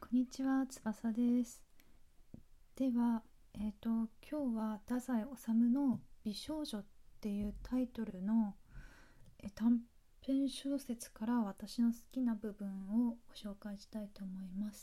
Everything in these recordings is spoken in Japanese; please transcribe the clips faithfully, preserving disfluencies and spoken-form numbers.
こんにちは、翼です。では、えーと、今日は太宰治の美少女っていうタイトルのえ短編小説から私の好きな部分をご紹介したいと思います。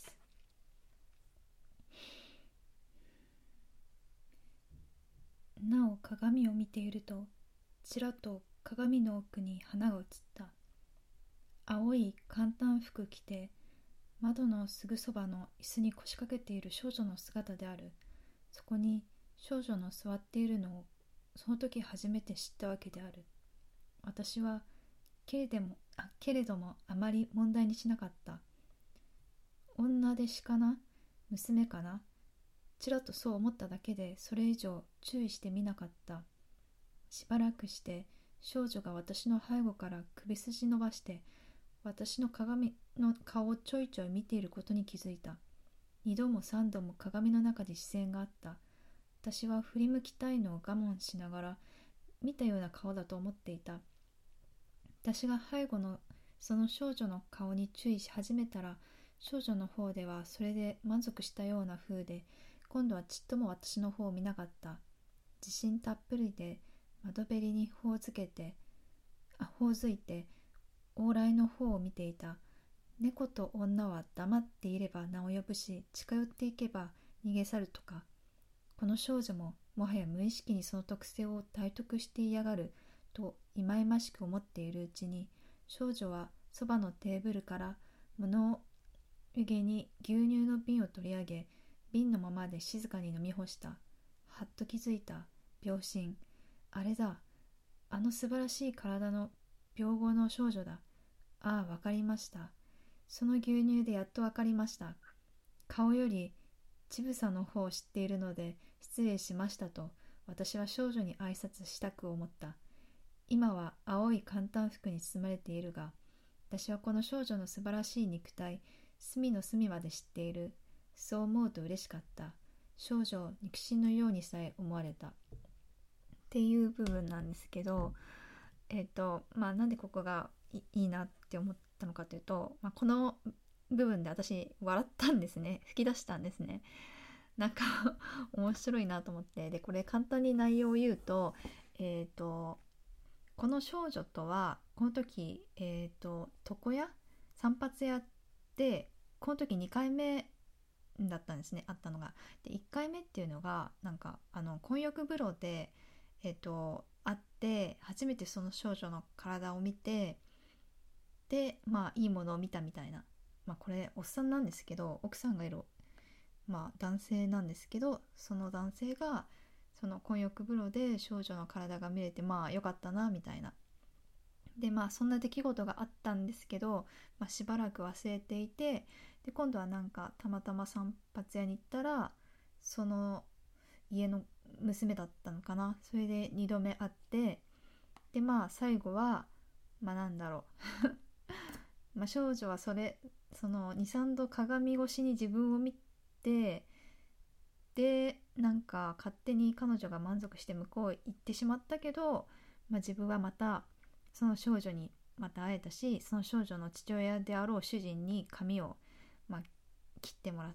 なお鏡を見ていると、ちらっと鏡の奥に花が映った。青い簡単服着て、窓のすぐそばの椅子に腰掛けている少女の姿である。そこに少女の座っているのをその時初めて知ったわけである。私はけれども、あけれどもあまり問題にしなかった。女弟子かな、娘かな、ちらっとそう思っただけでそれ以上注意してみなかった。しばらくして少女が私の背後から首筋伸ばして私の鏡の顔をちょいちょい見ていることに気づいた。二度も三度も鏡の中で視線があった。私は振り向きたいのを我慢しながら見たような顔だと思っていた。私が背後のその少女の顔に注意し始めたら、少女の方ではそれで満足したような風で、今度はちっとも私の方を見なかった。自信たっぷりで窓べりに頬づけて、あ、頬づいて往来の方を見ていた。猫と女は黙っていれば名を呼ぶし、近寄っていけば逃げ去るとか。この少女ももはや無意識にその特性を体得していやがると忌々しく思っているうちに、少女はそばのテーブルから物憂げに牛乳の瓶を取り上げ、瓶のままで静かに飲み干した。はっと気づいた。病心。あれだ。あの素晴らしい体の病後の少女だ。ああ、わかりました。その牛乳でやっとわかりました。顔より乳房の方を知っているので失礼しましたと、私は少女に挨拶したく思った。今は青い簡単服に包まれているが、私はこの少女の素晴らしい肉体、隅の隅まで知っている。そう思うと嬉しかった。少女を肉親のようにさえ思われた。っていう部分なんですけど、えっと、まあなんでここがいいいなって思ったのかというと、まあ、この部分で私笑ったんですね。吹き出したんですね。なんか面白いなと思って。でこれ簡単に内容を言うと、えっとこの少女とはこの時、えっと床屋、散髪屋で、この時にかいめだったんですね、会ったのが。でいっかいめっていうのがなんかあの混浴風呂で、えっと会って初めてその少女の体を見て、でまあいいものを見たみたいな。まあこれおっさんなんですけど、奥さんがいる、まあ男性なんですけど、その男性がその混浴風呂で少女の体が見れて、まあよかったなみたいな。でまあそんな出来事があったんですけど、まあ、しばらく忘れていて、で今度はなんかたまたま散髪屋に行ったら、その家の娘だったのかな。それでにどめ会って、でまあ最後はまあなんだろうまあ少女はそれそのにさんど鏡越しに自分を見て、でなんか勝手に彼女が満足して向こうへ行ってしまったけど、まあ、自分はまたその少女にまた会えたし、その少女の父親であろう主人に髪を、まあ、切ってもらって、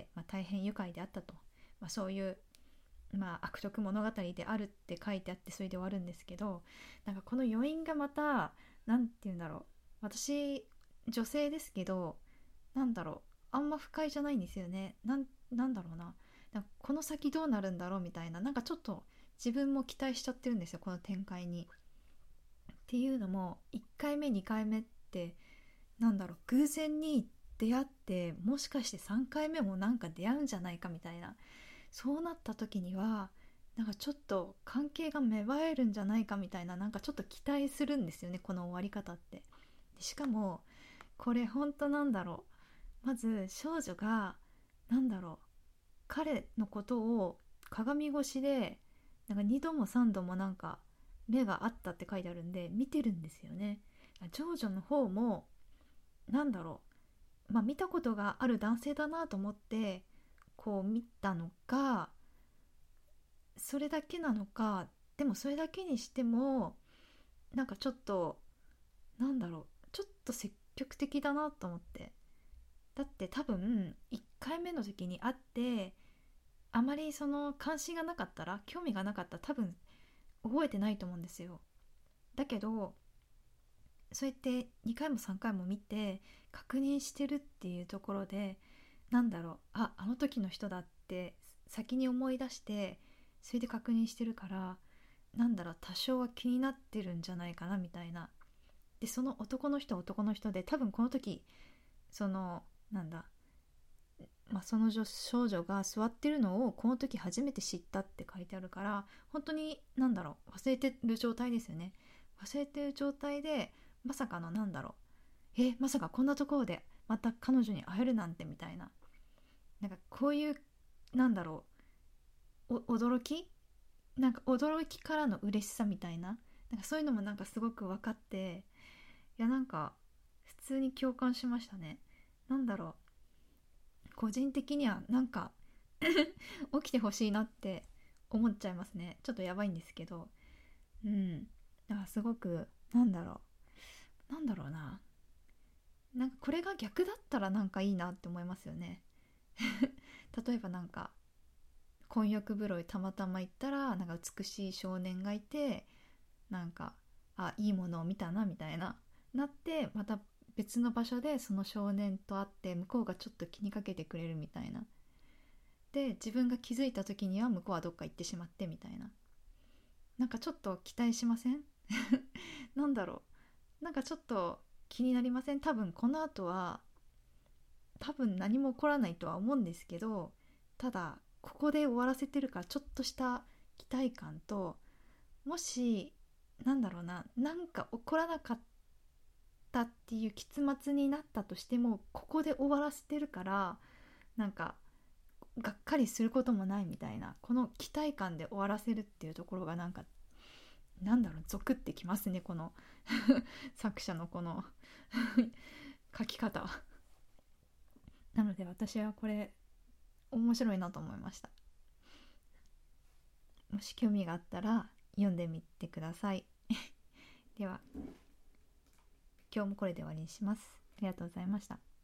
まあ、大変愉快であったと、まあ、そういう、まあ、悪徳物語であるって書いてあって、それで終わるんですけど、なんかこの余韻がまたなんて言うんだろう、私女性ですけど、なんだろう、あんま不快じゃないんですよね。なんなんだろうな、なんかこの先どうなるんだろうみたいな、なんかちょっと自分も期待しちゃってるんですよ、この展開に。っていうのもいっかいめにかいめってなんだろう、偶然に出会って、もしかしてさんかいめもなんか出会うんじゃないかみたいな、そうなった時にはなんかちょっと関係が芽生えるんじゃないかみたいな、なんかちょっと期待するんですよね、この終わり方って。でしかもこれほんとなんだろう、まず少女がなんだろう、彼のことを鏡越しでなんかにどもさんどもなんか目があったって書いてあるんで見てるんですよね。長女の方もなんだろう、まあ見たことがある男性だなと思ってこう見たのか、それだけなのか。でもそれだけにしてもなんかちょっとなんだろう、ちょっと積極的だなと思って、 だって多分いっかいめの時に会ってあまりその関心がなかったら、興味がなかったら多分覚えてないと思うんですよ。だけどそうやってにかいもさんかいも見て確認してるっていうところで、なんだろう、あ、あの時の人だって先に思い出して、それで確認してるから、なんだろう、多少は気になってるんじゃないかなみたいな。でその男の人は男の人で、多分この時そのなんだ、まあ、その女少女が座ってるのをこの時初めて知ったって書いてあるから、本当になんだろう、忘れてる状態ですよね。忘れてる状態で、まさかのなんだろう、えまさかこんなところでまた彼女に会えるなんてみたいな、なんかこういうなんだろう、お驚き、なんか驚きからの嬉しさみたいな、なんかそういうのもなんかすごく分かって、いやなんか普通に共感しましたね。なんだろう、個人的にはなんか起きてほしいなって思っちゃいますね。ちょっとやばいんですけど、うん、だからすごくなんだろう、なんだろうな、なんかこれが逆だったらなんかいいなって思いますよね。例えばなんか混浴風呂にたまたま行ったら、なんか美しい少年がいて、なんかあいいものを見たなみたいななって、また別の場所でその少年と会って、向こうがちょっと気にかけてくれるみたいな、で自分が気づいた時には向こうはどっか行ってしまってみたいな、なんかちょっと期待しません？なんだろう、なんかちょっと気になりません？多分この後は多分何も起こらないとは思うんですけど、ただここで終わらせてるから、ちょっとした期待感と、もしなんだろうな、なんか起こらなかったっていう結末になったとしても、ここで終わらせてるから、なんかがっかりすることもないみたいな、この期待感で終わらせるっていうところがなんか、なんだろう、ゾクってきますね、この作者のこの書き方。なので私はこれ面白いなと思いました。もし興味があったら読んでみてください。では今日もこれで終わりにします。ありがとうございました。